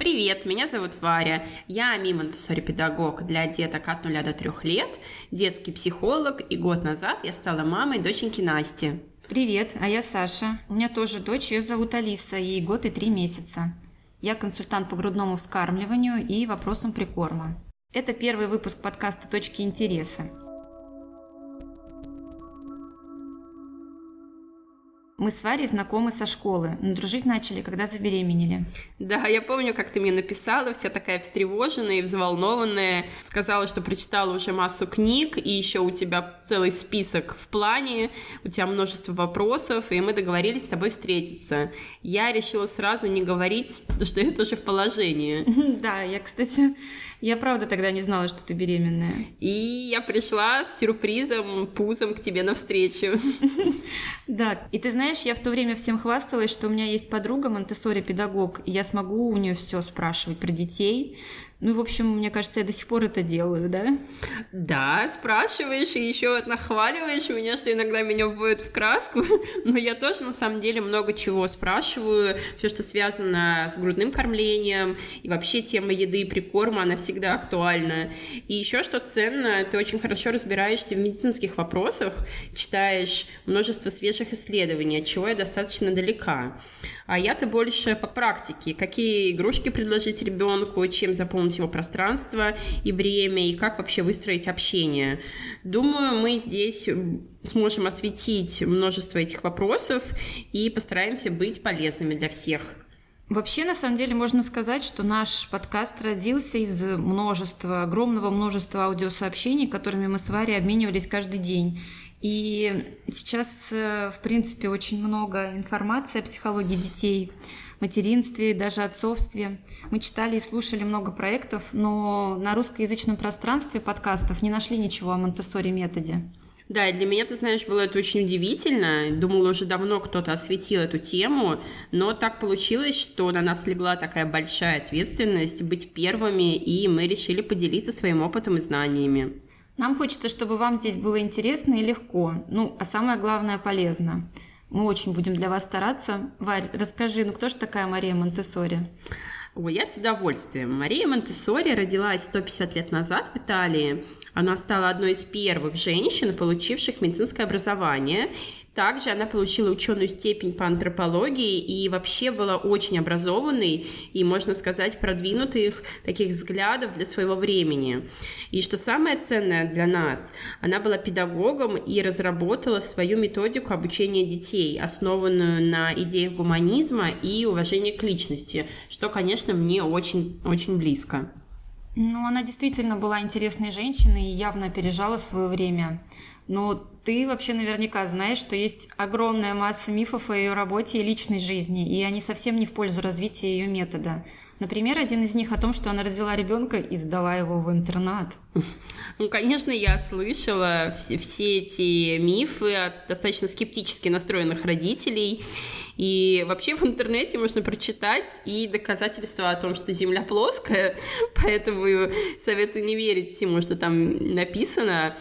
Привет, меня зовут Варя. Я Монтессори-педагог для деток от 0 до 3 лет, детский психолог, и год назад я стала мамой доченьки Насти. Привет, а я Саша. У меня тоже дочь, ее зовут Алиса, ей год и 3 месяца. Я консультант по грудному вскармливанию и вопросам прикорма. Это первый выпуск подкаста «Точки интереса». Мы с Варей знакомы со школы, но дружить начали, когда забеременели. Да, я помню, как ты мне написала, вся такая встревоженная и взволнованная. Сказала, что прочитала уже массу книг, и еще у тебя целый список в плане, у тебя множество вопросов, и мы договорились с тобой встретиться. Я решила сразу не говорить, что я тоже в положении. Да, я правда тогда не знала, что ты беременная. И я пришла с сюрпризом, пузом к тебе навстречу. Да, и ты знаешь, я в то время всем хвасталась, что у меня есть подруга Монтессори-педагог, и я смогу у нее все спрашивать про детей. Ну, в общем, мне кажется, я до сих пор это делаю, да? Да, спрашиваешь и еще нахваливаешь меня, что иногда меня вводят в краску, но я тоже, на самом деле, много чего спрашиваю, все, что связано с грудным кормлением, и вообще тема еды и прикорма, она всегда актуальна. И еще, что ценно, ты очень хорошо разбираешься в медицинских вопросах, читаешь множество свежих исследований, от чего я достаточно далека. А я-то больше по практике, какие игрушки предложить ребенку, чем заполнить его пространство и время, и как вообще выстроить общение. Думаю, мы здесь сможем осветить множество этих вопросов и постараемся быть полезными для всех. Вообще, на самом деле, можно сказать, что наш подкаст родился из огромного множества аудиосообщений, которыми мы с Варей обменивались каждый день. И сейчас, в принципе, очень много информации о психологии детей, материнстве, даже отцовстве. Мы читали и слушали много проектов, но на русскоязычном пространстве подкастов не нашли ничего о Монтессори-методе. Да, и для меня, ты знаешь, было это очень удивительно. Думала, уже давно кто-то осветил эту тему, но так получилось, что на нас легла такая большая ответственность быть первыми, и мы решили поделиться своим опытом и знаниями. Нам хочется, чтобы вам здесь было интересно и легко, а самое главное – полезно. Мы очень будем для вас стараться. Варь, расскажи, кто же такая Мария Монтессори? Ой, я с удовольствием. Мария Монтессори родилась 150 лет назад в Италии. Она стала одной из первых женщин, получивших медицинское образование. Также она получила ученую степень по антропологии и вообще была очень образованной и, можно сказать, продвинутых таких взглядов для своего времени. И что самое ценное для нас, она была педагогом и разработала свою методику обучения детей, основанную на идеях гуманизма и уважения к личности, что, конечно, мне очень близко. Она действительно была интересной женщиной и явно опережала свое время. Но ты вообще наверняка знаешь, что есть огромная масса мифов о ее работе и личной жизни, и они совсем не в пользу развития ее метода. Например, один из них о том, что она родила ребенка и сдала его в интернат. Конечно, я слышала все эти мифы от достаточно скептически настроенных родителей. И вообще в интернете можно прочитать и доказательства о том, что Земля плоская, поэтому советую не верить всему, что там написано.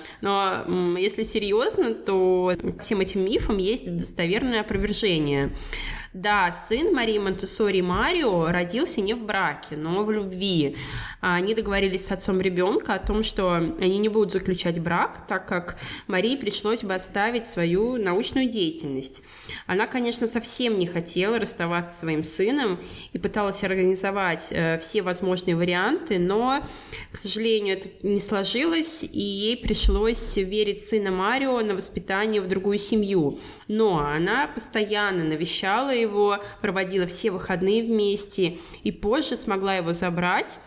Но если серьезно, то всем этим мифам есть достоверное опровержение. Да, сын Марии Монтессори Марио родился не в браке, но в любви. Они договорились с отцом ребенка о том, что они не будут заключать брак, так как Марии пришлось бы оставить свою научную деятельность. Она, конечно, совсем не хотела расставаться со своим сыном и пыталась организовать все возможные варианты, но, к сожалению, это не сложилось, и ей пришлось верить сына Марио на воспитание в другую семью. Но она постоянно навещала его, проводила все выходные вместе и позже смогла его забрать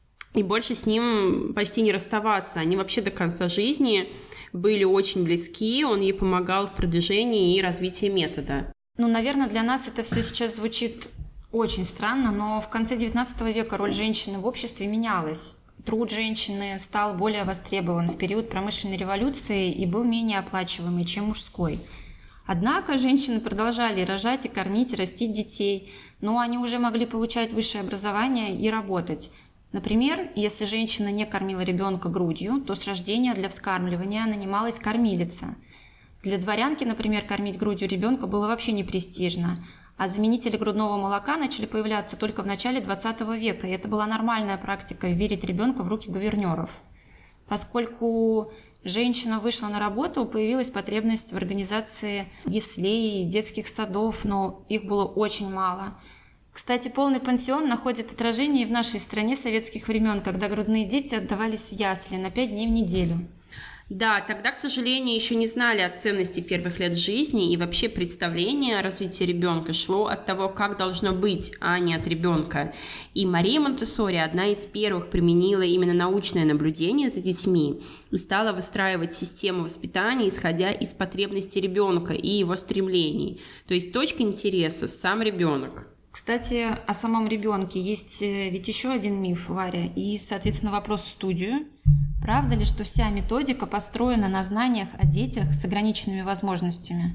и больше с ним почти не расставаться. Они вообще до конца жизни были очень близки, он ей помогал в продвижении и развитии метода. Наверное, для нас это все сейчас звучит очень странно, но в конце XIX века роль женщины в обществе менялась. Труд женщины стал более востребован в период промышленной революции и был менее оплачиваемый, чем мужской. Однако женщины продолжали рожать и кормить, и растить детей, но они уже могли получать высшее образование и работать. Например, если женщина не кормила ребенка грудью, то с рождения для вскармливания нанималась кормилица. Для дворянки, например, кормить грудью ребенка было вообще не престижно, А заменители грудного молока начали появляться только в начале 20 века, и это была нормальная практика верить ребенка в руки гувернеров. Поскольку женщина вышла на работу, появилась потребность в организации яслей, детских садов, но их было очень мало. Кстати, полный пансион находит отражение и в нашей стране советских времен, когда грудные дети отдавались в ясли на 5 дней в неделю. Да, тогда, к сожалению, еще не знали о ценности первых лет жизни, и вообще представление о развитии ребенка шло от того, как должно быть, а не от ребенка. И Мария Монтессори одна из первых применила именно научное наблюдение за детьми и стала выстраивать систему воспитания, исходя из потребностей ребенка и его стремлений. То есть точка интереса – сам ребенок. Кстати, о самом ребенке есть ведь еще один миф, Варя, и, соответственно, вопрос в студию. Правда ли, что вся методика построена на знаниях о детях с ограниченными возможностями?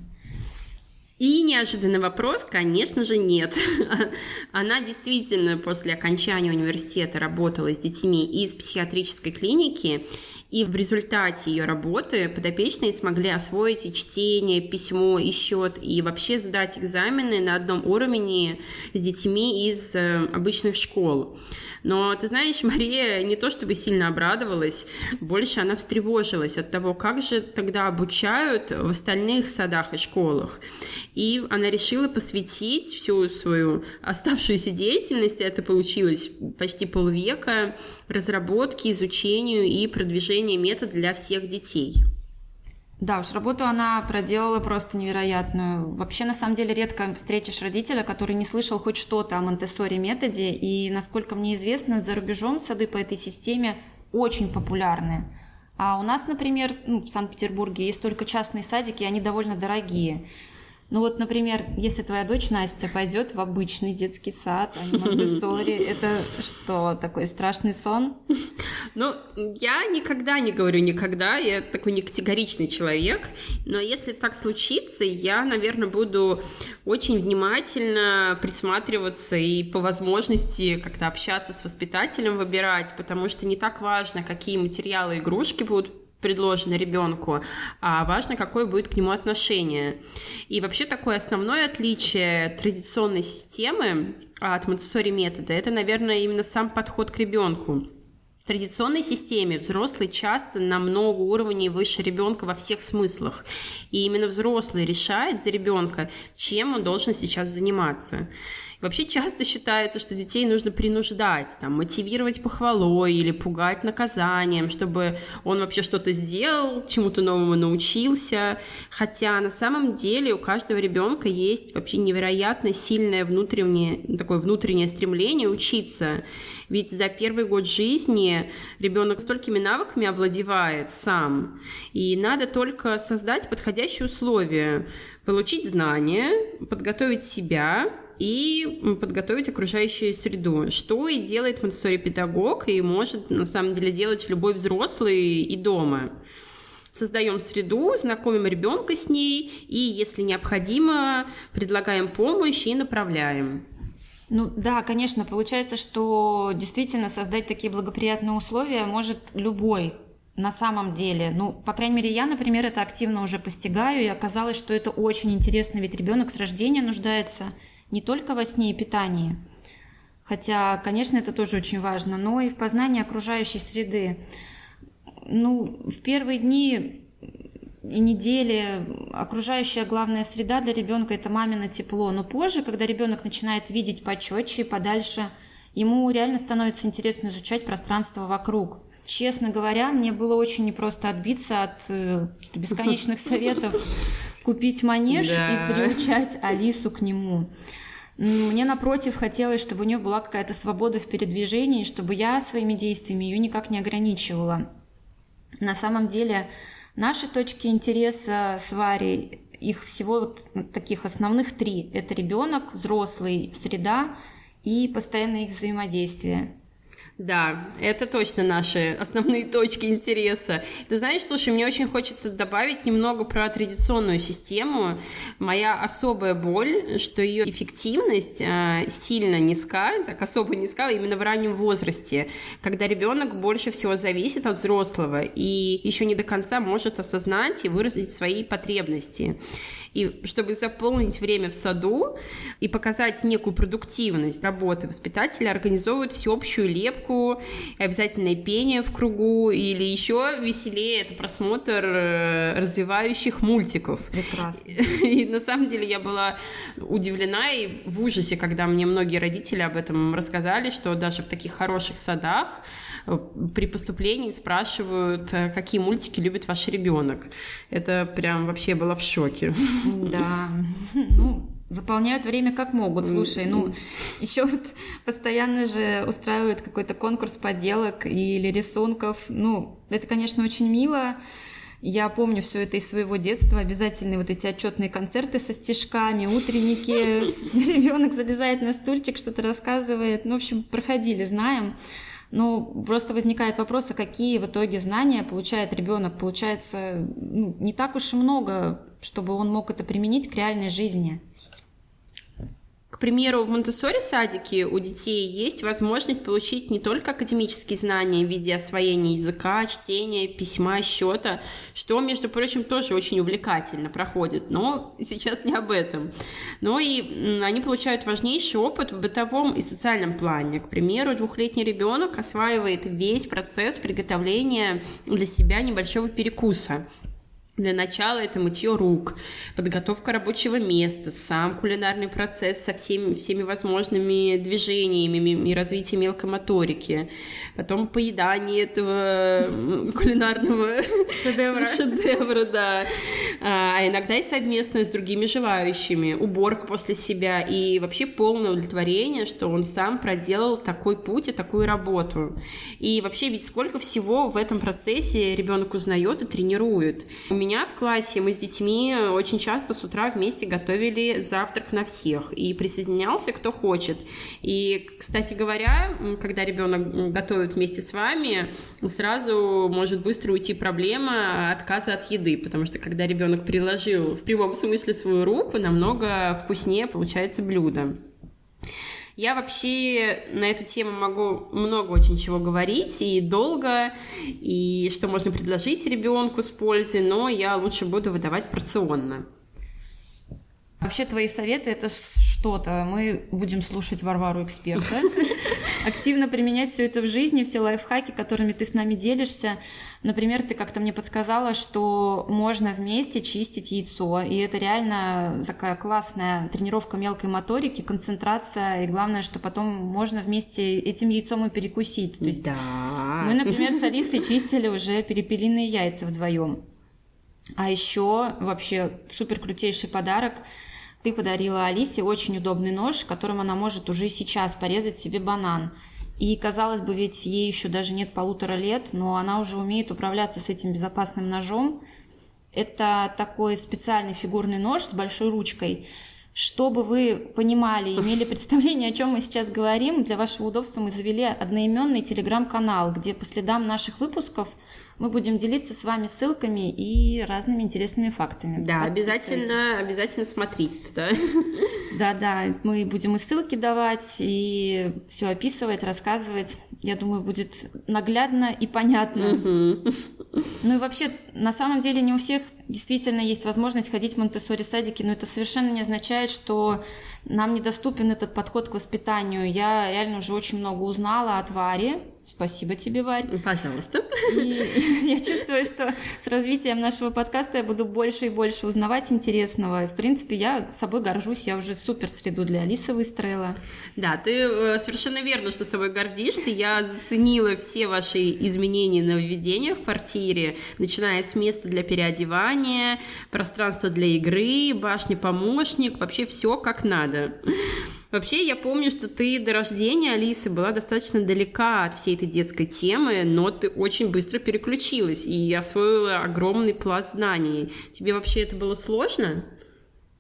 И неожиданный вопрос, конечно же, нет. Она действительно после окончания университета работала с детьми из психиатрической клиники, и в результате ее работы подопечные смогли освоить и чтение, письмо, и счет, и вообще сдать экзамены на одном уровне с детьми из обычных школ. Но, ты знаешь, Мария не то чтобы сильно обрадовалась, больше она встревожилась от того, как же тогда обучают в остальных садах и школах. И она решила посвятить всю свою оставшуюся деятельность, это получилось почти полвека, разработке, изучению и продвижению метода для всех детей. Да уж, работу она проделала просто невероятную. Вообще, на самом деле, редко встретишь родителя, который не слышал хоть что-то о Монтессори методе, и, насколько мне известно, за рубежом сады по этой системе очень популярны. А у нас, например, в Санкт-Петербурге есть только частные садики, и они довольно дорогие. Ну вот, например, если твоя дочь Настя пойдет в обычный детский сад, а не Монтессори, это что, такой страшный сон? Ну, я никогда не говорю никогда, я такой не категоричный человек, но если так случится, я, наверное, буду очень внимательно присматриваться и по возможности как-то общаться с воспитателем, выбирать, потому что не так важно, какие материалы, игрушки будут предложено ребенку, а важно, какое будет к нему отношение. И вообще такое основное отличие традиционной системы от Монтессори метода – это, наверное, именно сам подход к ребенку. В традиционной системе взрослый часто на много уровней выше ребенка во всех смыслах. И именно взрослый решает за ребенка, чем он должен сейчас заниматься. Вообще часто считается, что детей нужно принуждать, мотивировать похвалой или пугать наказанием, чтобы он вообще что-то сделал, чему-то новому научился. Хотя на самом деле у каждого ребенка есть вообще невероятно сильное внутреннее стремление учиться. Ведь за первый год жизни ребенок столькими навыками овладевает сам. И надо только создать подходящие условия, получить знания, подготовить себя и подготовить окружающую среду, что и делает Монтессори-педагог, и может на самом деле делать любой взрослый и дома. Создаем среду, знакомим ребенка с ней, и, если необходимо, предлагаем помощь и направляем. Ну да, конечно, получается, что действительно создать такие благоприятные условия может любой на самом деле. Ну, по крайней мере, я, например, это активно уже постигаю, и оказалось, что это очень интересно, ведь ребенок с рождения нуждается не только во сне и питании, хотя, конечно, это тоже очень важно, но и в познании окружающей среды. Ну, в первые дни и недели окружающая главная среда для ребенка – это мамино тепло, но позже, когда ребенок начинает видеть почетче и подальше, ему реально становится интересно изучать пространство вокруг. Честно говоря, мне было очень непросто отбиться от каких-то бесконечных советов купить манеж и приучать Алису к нему. Мне, напротив, хотелось, чтобы у нее была какая-то свобода в передвижении, чтобы я своими действиями ее никак не ограничивала. На самом деле, наши точки интереса с Варей, их всего таких основных 3. Это ребенок, взрослый, среда и постоянное их взаимодействие. Да, это точно наши основные точки интереса. Ты знаешь, слушай, мне очень хочется добавить немного про традиционную систему. Моя особая боль, что ее эффективность сильно низка, так особо низка именно в раннем возрасте, когда ребенок больше всего зависит от взрослого и еще не до конца может осознать и выразить свои потребности. И чтобы заполнить время в саду и показать некую продуктивность работы, воспитатели организовывают всеобщую лепку, обязательное пение в кругу, или еще веселее это просмотр развивающих мультиков. Прекрасно. И на самом деле я была удивлена и в ужасе, когда мне многие родители об этом рассказали, что даже в таких хороших садах при поступлении спрашивают, какие мультики любит ваш ребенок. Это прям вообще было в шоке. Да, заполняют время как могут. Слушай, еще вот постоянно же устраивают какой-то конкурс поделок или рисунков. Это, конечно, очень мило. Я помню все это из своего детства. Обязательные вот эти отчетные концерты со стишками, утренники. Ребенок залезает на стульчик, что-то рассказывает. В общем, проходили, знаем. Но просто возникает вопрос, а какие в итоге знания получает ребенок? Получается, не так уж и много, чтобы он мог это применить к реальной жизни. К примеру, в Монтессори-садике у детей есть возможность получить не только академические знания в виде освоения языка, чтения, письма, счета, что, между прочим, тоже очень увлекательно проходит, но сейчас не об этом. Но и они получают важнейший опыт в бытовом и социальном плане. К примеру, 2-летний ребенок осваивает весь процесс приготовления для себя небольшого перекуса. Для начала это мытье рук, подготовка рабочего места, сам кулинарный процесс со всеми возможными движениями и развитием мелкой моторики, потом поедание этого кулинарного шедевра, да. А иногда и совместно с другими желающими, уборка после себя и вообще полное удовлетворение, что он сам проделал такой путь и такую работу. И вообще ведь сколько всего в этом процессе ребенок узнает и тренирует. У меня в классе мы с детьми очень часто с утра вместе готовили завтрак на всех, и присоединялся кто хочет. И, кстати говоря, когда ребенок готовит вместе с вами, сразу может быстро уйти проблема отказа от еды, потому что когда ребенок приложил в прямом смысле свою руку, намного вкуснее получается блюдо. Я вообще на эту тему могу много очень чего говорить, и долго, и что можно предложить ребенку с пользой, но я лучше буду выдавать порционно. Вообще твои советы — это что-то. Мы будем слушать Варвару эксперта, активно применять все это в жизни, все лайфхаки, которыми ты с нами делишься. Например, ты как-то мне подсказала, что можно вместе чистить яйцо, и это реально такая классная тренировка мелкой моторики, концентрация, и главное, что потом можно вместе этим яйцом и перекусить. То есть да. Мы, например, с Алисой чистили уже перепелиные яйца вдвоем. А еще вообще супер крутейший подарок. Ты подарила Алисе очень удобный нож, которым она может уже сейчас порезать себе банан. И, казалось бы, ведь ей еще даже нет 1,5 лет, но она уже умеет управляться с этим безопасным ножом. Это такой специальный фигурный нож с большой ручкой. Чтобы вы понимали, имели представление, о чем мы сейчас говорим, для вашего удобства мы завели одноименный телеграм-канал, где по следам наших выпусков мы будем делиться с вами ссылками и разными интересными фактами. Да, обязательно смотрите туда. Да, мы будем и ссылки давать, и все описывать, рассказывать. Я думаю, будет наглядно и понятно. Ну и вообще, на самом деле, не у всех действительно есть возможность ходить в Монтессори-садики, но это совершенно не означает, что нам недоступен этот подход к воспитанию. Я реально уже очень много узнала от Вари. Спасибо тебе, Варь. Пожалуйста. И я чувствую, что с развитием нашего подкаста я буду больше и больше узнавать интересного. И, в принципе, я собой горжусь. Я уже супер среду для Алисы выстроила. Да, ты совершенно верно, что собой гордишься. Я заценила все ваши изменения, нововведения в квартире, начиная с места для переодевания, пространства для игры, башня-помощник, вообще все как надо. Вообще, я помню, что ты до рождения Алисы была достаточно далека от всей этой детской темы, но ты очень быстро переключилась и освоила огромный пласт знаний. Тебе вообще это было сложно?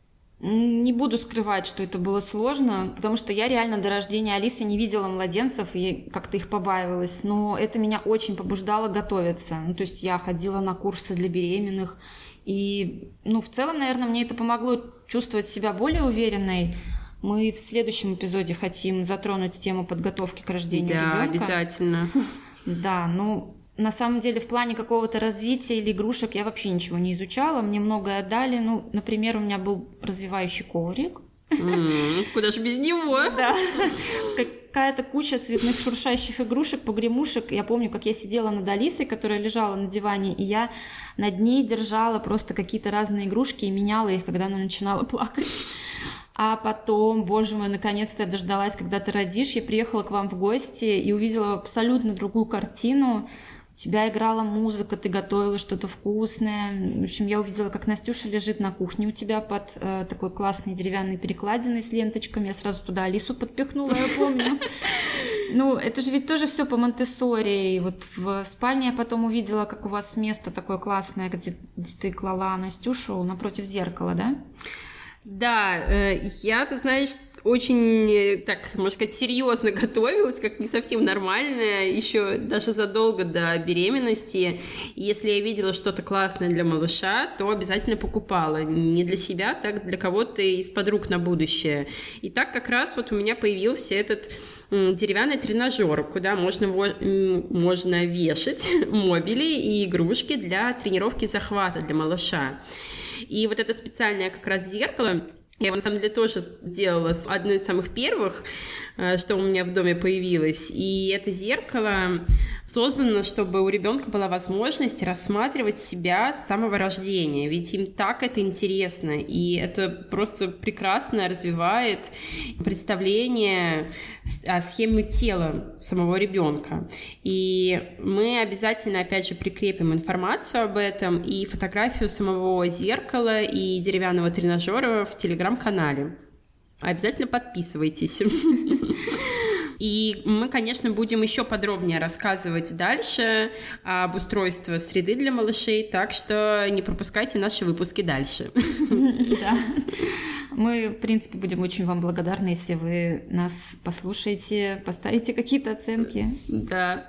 Не буду скрывать, что это было сложно, потому что я реально до рождения Алисы не видела младенцев и как-то их побаивалась, но это меня очень побуждало готовиться. Ну, то есть я ходила на курсы для беременных, и, в целом, наверное, мне это помогло чувствовать себя более уверенной. Мы в следующем эпизоде хотим затронуть тему подготовки к рождению ребенка. Да, обязательно. Да, на самом деле, в плане какого-то развития или игрушек я вообще ничего не изучала, мне многое дали. Например, у меня был развивающий коврик. Куда же без него? Да, какая-то куча цветных шуршащих игрушек, погремушек. Я помню, как я сидела над Алисой, которая лежала на диване, и я над ней держала просто какие-то разные игрушки и меняла их, когда она начинала плакать. А потом, боже мой, наконец-то я дождалась, когда ты родишь. Я приехала к вам в гости и увидела абсолютно другую картину. У тебя играла музыка, ты готовила что-то вкусное. В общем, я увидела, как Настюша лежит на кухне у тебя под такой классной деревянной перекладиной с ленточками. Я сразу туда Алису подпихнула, я помню. Это же ведь тоже все по Монтессори. И вот в спальне я потом увидела, как у вас место такое классное, где ты клала Настюшу напротив зеркала, да? Да, я, ты знаешь, очень, так, можно сказать, серьезно готовилась, как не совсем нормально, еще даже задолго до беременности. И если я видела что-то классное для малыша, то обязательно покупала. Не для себя, так для кого-то из подруг на будущее. И так как раз вот у меня появился этот деревянный тренажер, куда можно вешать мобили и игрушки для тренировки захвата для малыша. И вот это специальное как раз зеркало, я его на самом деле тоже сделала, одно из самых первых, что у меня в доме появилось. И это зеркало создано, чтобы у ребенка была возможность рассматривать себя с самого рождения, ведь им так это интересно, и это просто прекрасно развивает представление о схеме тела самого ребенка. И мы обязательно, опять же, прикрепим информацию об этом и фотографию самого зеркала и деревянного тренажера в телеграм-канале. Обязательно подписывайтесь. И мы, конечно, будем еще подробнее рассказывать дальше об устройстве среды для малышей, так что не пропускайте наши выпуски дальше. Да. Мы, в принципе, будем очень вам благодарны, если вы нас послушаете, поставите какие-то оценки. Да.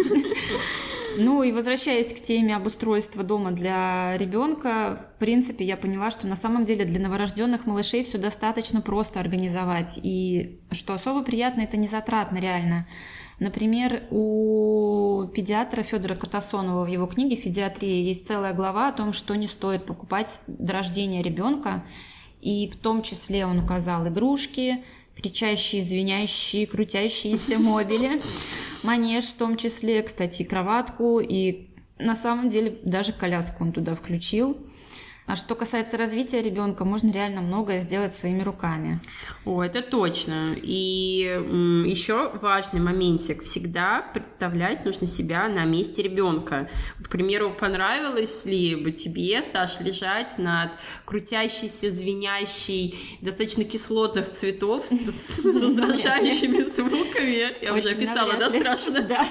И возвращаясь к теме обустройства дома для ребенка, в принципе, я поняла, что на самом деле для новорожденных малышей все достаточно просто организовать. И что особо приятно, это не затратно реально. Например, у педиатра Федора Катасонова в его книге «Федиатрия» есть целая глава о том, что не стоит покупать до рождения ребенка. И в том числе он указал игрушки, кричащие, звенящие, крутящиеся мобили, манеж в том числе, кстати, кроватку, и на самом деле даже коляску он туда включил. А что касается развития ребенка, можно реально многое сделать своими руками. Это точно. И еще важный моментик. Всегда представлять нужно себя на месте ребенка. К примеру, понравилось ли бы тебе, Саш, лежать над крутящейся, звенящей, достаточно кислотных цветов с раздражающими звуками? Я уже описала, да, страшно? Да.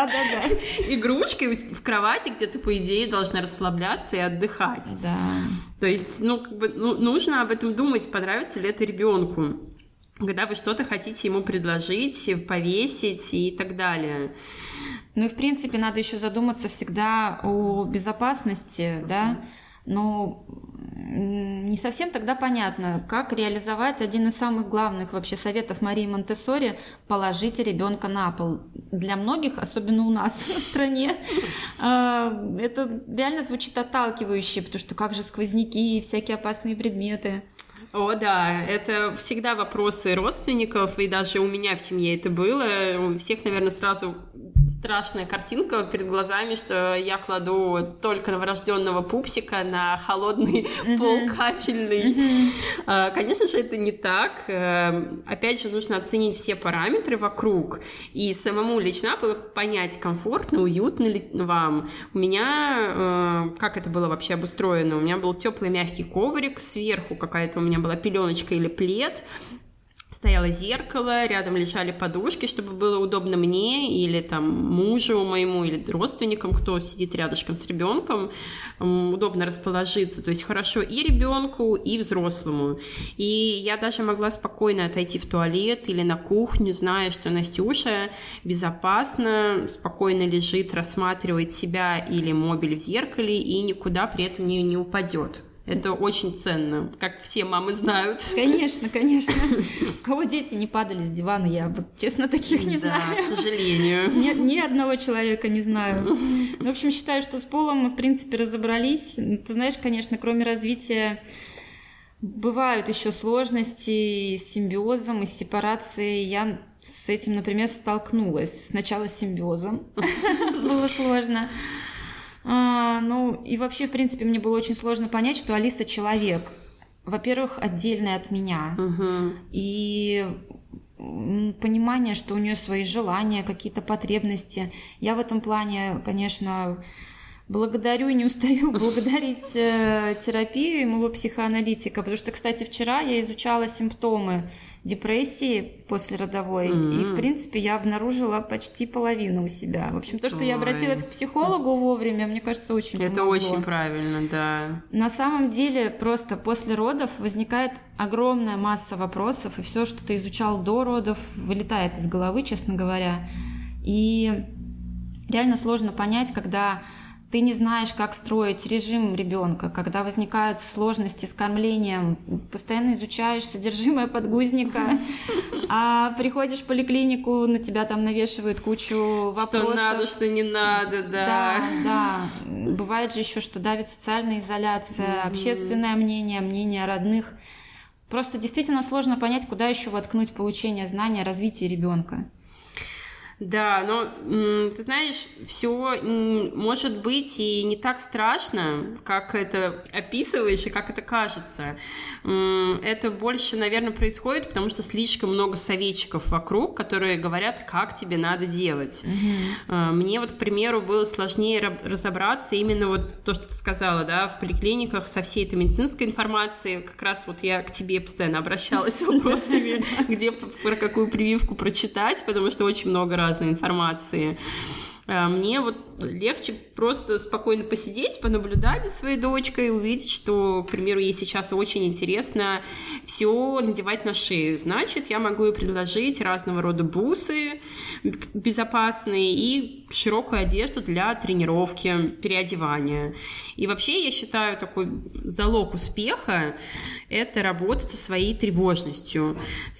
Игрушкой в кровати, где ты, по идее, должна расслабляться и отдыхать. Да. То есть, нужно об этом думать, понравится ли это ребенку, когда вы что-то хотите ему предложить, повесить и так далее. И, в принципе, надо еще задуматься всегда о безопасности, да, но не совсем тогда понятно, как реализовать один из самых главных вообще советов Марии Монтессори – положите ребенка на пол. Для многих, особенно у нас в стране, это реально звучит отталкивающе, потому что как же сквозняки и всякие опасные предметы. О, да, это всегда вопросы родственников, и даже у меня в семье это было. У всех, наверное, сразу страшная картинка перед глазами, что я кладу только новорожденного пупсика на холодный пол кафельный. Конечно же, это не так. Опять же, нужно оценить все параметры вокруг и самому лично понять, комфортно, уютно ли вам. У меня, как это было вообще обустроено? У меня был теплый мягкий коврик, сверху какая-то у меня была пеленочка или плед, стояло зеркало, рядом лежали подушки, чтобы было удобно мне или там мужу моему, или родственникам, кто сидит рядышком с ребенком, удобно расположиться. То есть хорошо и ребенку, и взрослому. И я даже могла спокойно отойти в туалет или на кухню, зная, что Настюша безопасно, спокойно лежит, рассматривает себя или мобиль в зеркале и никуда при этом не упадет. Это очень ценно, как все мамы знают. Конечно, конечно. У кого дети не падали с дивана, я вот честно таких не знаю. Да, к сожалению. Ни одного человека не знаю. В общем, считаю, что с полом мы, в принципе, разобрались. Ты знаешь, конечно, кроме развития бывают еще сложности с симбиозом и с сепарацией. Я с этим, например, столкнулась. Сначала с симбиозом. Было сложно. Ну, и вообще, в принципе, мне было очень сложно понять, что Алиса человек. Во-первых, отдельная от меня. И понимание, что у нее свои желания, какие-то потребности. Я в этом плане, конечно, благодарю и не устаю благодарить терапию и моего психоаналитика, потому что, кстати, вчера я изучала симптомы депрессии послеродовой, и, в принципе, я обнаружила почти половину у себя. В общем, то, что я обратилась к психологу вовремя, мне кажется, очень помогло. Это очень правильно, да. На самом деле, просто после родов возникает огромная масса вопросов, и все, что ты изучал до родов, вылетает из головы, честно говоря. И реально сложно понять, когда ты не знаешь, как строить режим ребенка, когда возникают сложности с кормлением, постоянно изучаешь содержимое подгузника, а приходишь в поликлинику, на тебя там навешивают кучу вопросов. Что надо, что не надо, да. Да. Бывает же еще, что давит социальная изоляция, общественное мнение родных. Просто действительно сложно понять, куда еще воткнуть получение знания, развитие ребенка. Да, но ты знаешь, все может быть и не так страшно, как это описываешь и как это кажется. Это больше, наверное, происходит, потому что слишком много советчиков вокруг, которые говорят, как тебе надо делать. Мне вот, к примеру, было сложнее разобраться именно вот то, что ты сказала, да, в поликлиниках со всей этой медицинской информацией. Как раз вот я к тебе постоянно обращалась с вопросами, где про какую прививку прочитать, потому что очень много разной информации. Мне вот легче просто спокойно посидеть, понаблюдать за своей дочкой, увидеть, что, к примеру, ей сейчас очень интересно все надевать на шею. Значит, я могу ей предложить разного рода бусы безопасные и широкую одежду для тренировки, переодевания. И вообще, я считаю, такой залог успеха — это работать со своей тревожностью.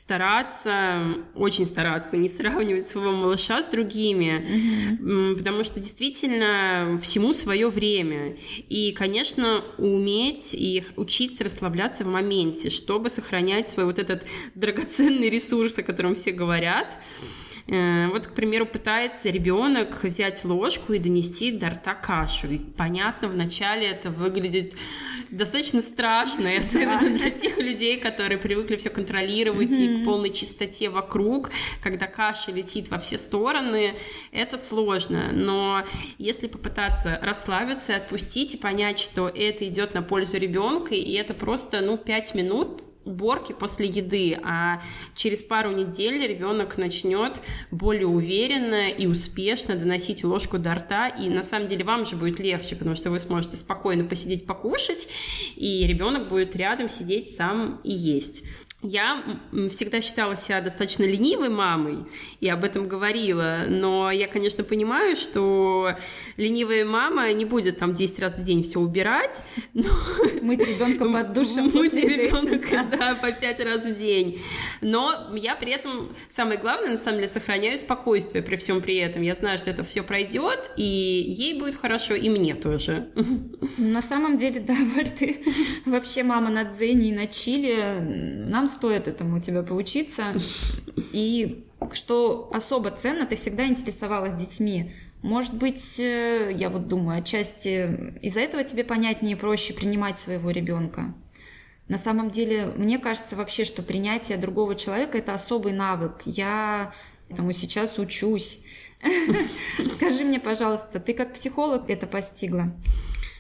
Очень стараться не сравнивать своего малыша с другими, потому что действительно всему свое время. И, конечно, уметь и учиться расслабляться в моменте, чтобы сохранять свой вот этот драгоценный ресурс, о котором все говорят. Вот, к примеру, пытается ребенок взять ложку и донести до рта кашу. И, понятно, вначале это выглядит достаточно страшно, и особенно для тех людей, которые привыкли все контролировать и к полной чистоте вокруг, когда каша летит во все стороны, это сложно. Но если попытаться расслабиться, отпустить и понять, что это идет на пользу ребенка, и это просто 5 минут уборки после еды, а через пару недель ребенок начнет более уверенно и успешно доносить ложку до рта, и на самом деле вам же будет легче, потому что вы сможете спокойно посидеть, покушать, и ребенок будет рядом сидеть сам и есть. Я всегда считала себя достаточно ленивой мамой и об этом говорила, но я, конечно, понимаю, что ленивая мама не будет там 10 раз в день все убирать. Мыть ребенка под душем. Мыть ребенка, да, по 5 раз в день. Но я при этом, самое главное, на самом деле, сохраняю спокойствие при всем при этом. Я знаю, что это все пройдет, и ей будет хорошо, и мне тоже. На самом деле, да, Варь, ты вообще мама на дзене и на чили. Нам стоит этому у тебя поучиться. И что особо ценно, ты всегда интересовалась детьми. Может быть, я вот думаю, отчасти из-за этого тебе понятнее и проще принимать своего ребенка. На самом деле, мне кажется вообще, что принятие другого человека — это особый навык. Я этому сейчас учусь. Скажи мне, пожалуйста, ты как психолог это постигла?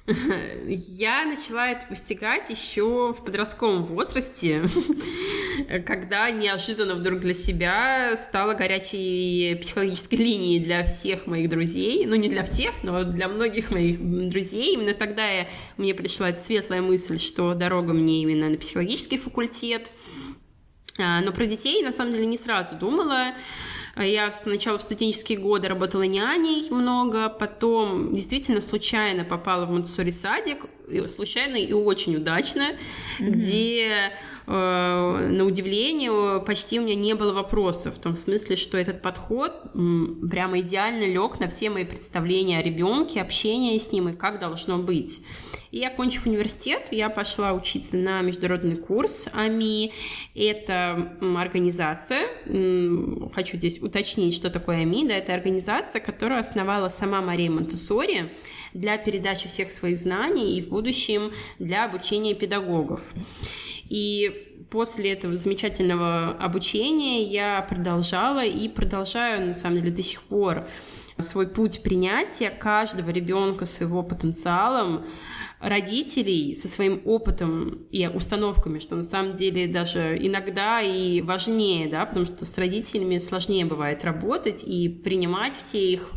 Я начала это постигать еще в подростковом возрасте, когда неожиданно вдруг для себя стала горячей психологической линией для всех моих друзей. Ну, не для всех, но для многих моих друзей. Именно тогда мне пришла эта светлая мысль, что дорога мне именно на психологический факультет. Но про детей, на самом деле, не сразу думала. Я сначала в студенческие годы работала няней много, потом действительно случайно попала в Монтессори-садик, случайно и очень удачно, где, на удивление, почти у меня не было вопросов, в том смысле, что этот подход прямо идеально лег на все мои представления о ребенке, общение с ним и как должно быть. И, окончив университет, я пошла учиться на международный курс АМИ. Это организация, хочу здесь уточнить, что такое АМИ, да, это организация, которую основала сама Мария Монтессори для передачи всех своих знаний и в будущем для обучения педагогов. И после этого замечательного обучения я продолжала и продолжаю, на самом деле, до сих пор свой путь принятия каждого ребенка с его потенциалом, родителей со своим опытом и установками, что на самом деле даже иногда и важнее, да, потому что с родителями сложнее бывает работать и принимать все их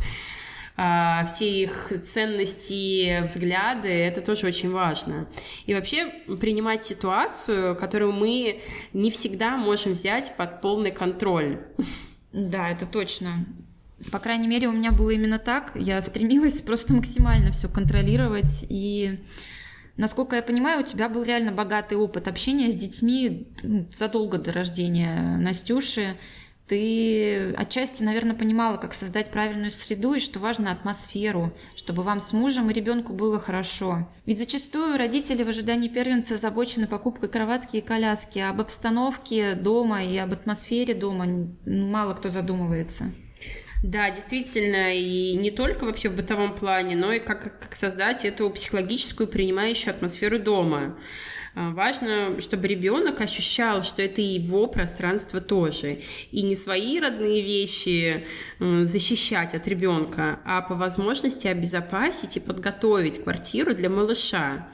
ценности, взгляды, это тоже очень важно. И вообще принимать ситуацию, которую мы не всегда можем взять под полный контроль. Да, это точно. По крайней мере, у меня было именно так. Я стремилась просто максимально все контролировать. И, насколько я понимаю, у тебя был реально богатый опыт общения с детьми задолго до рождения Настюши. Ты отчасти, наверное, понимала, как создать правильную среду и, что важно, атмосферу, чтобы вам с мужем и ребенку было хорошо. Ведь зачастую родители в ожидании первенца озабочены покупкой кроватки и коляски, а об обстановке дома и об атмосфере дома мало кто задумывается. Да, действительно, и не только вообще в бытовом плане, но и как создать эту психологическую принимающую атмосферу дома. Важно, чтобы ребенок ощущал, что это его пространство тоже. И не свои родные вещи защищать от ребенка, а по возможности обезопасить и подготовить квартиру для малыша.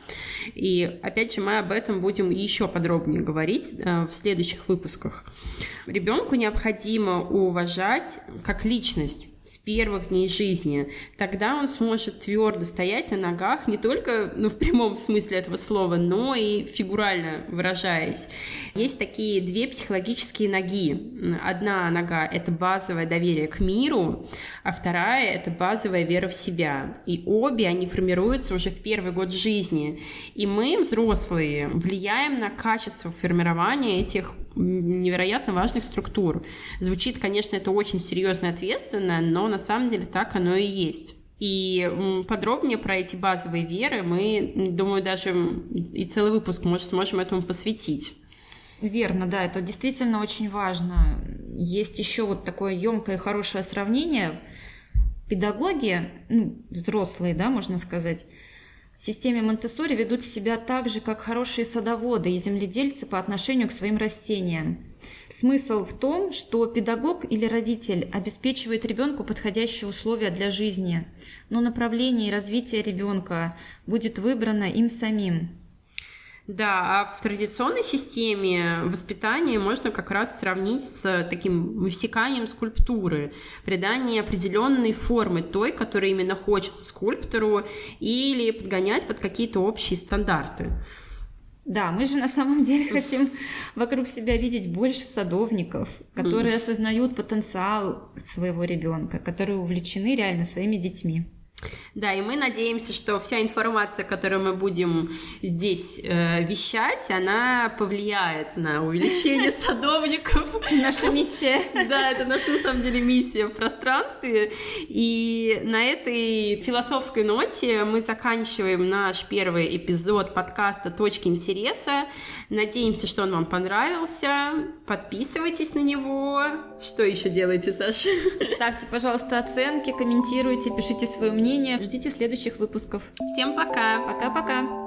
И опять же, мы об этом будем еще подробнее говорить в следующих выпусках. Ребенку необходимо уважать как личность с первых дней жизни. Тогда он сможет твердо стоять на ногах, не только в прямом смысле этого слова, но и фигурально выражаясь. Есть такие две психологические ноги. Одна нога — это базовое доверие к миру, а вторая — это базовая вера в себя. И обе они формируются уже в первый год жизни. И мы, взрослые, влияем на качество формирования этих невероятно важных структур. Звучит, конечно, это очень серьезно и ответственно, но на самом деле так оно и есть. И подробнее про эти базовые веры мы, думаю, даже и целый выпуск, может, сможем этому посвятить. Верно, да, это действительно очень важно. Есть еще вот такое емкое и хорошее сравнение. Педагоги, взрослые, да, можно сказать, в системе Монтессори ведут себя так же, как хорошие садоводы и земледельцы по отношению к своим растениям. Смысл в том, что педагог или родитель обеспечивает ребенку подходящие условия для жизни, но направление и развитие ребенка будет выбрано им самим. Да, а в традиционной системе воспитания можно как раз сравнить с таким высеканием скульптуры, придание определенной формы той, которая именно хочется скульптору, или подгонять под какие-то общие стандарты. Да, мы же на самом деле хотим вокруг себя видеть больше садовников, которые осознают потенциал своего ребенка, которые увлечены реально своими детьми. Да, и мы надеемся, что вся информация, которую мы будем здесь вещать, она повлияет на увеличение садовников. Наша миссия. Да, это наша, на самом деле, миссия в пространстве. И на этой философской ноте мы заканчиваем наш первый эпизод подкаста «Точки интереса». Надеемся, что он вам понравился. Подписывайтесь на него. Что еще делаете, Саша? Ставьте, пожалуйста, оценки, комментируйте, пишите свое мнение. Ждите следующих выпусков. Всем пока! Пока-пока!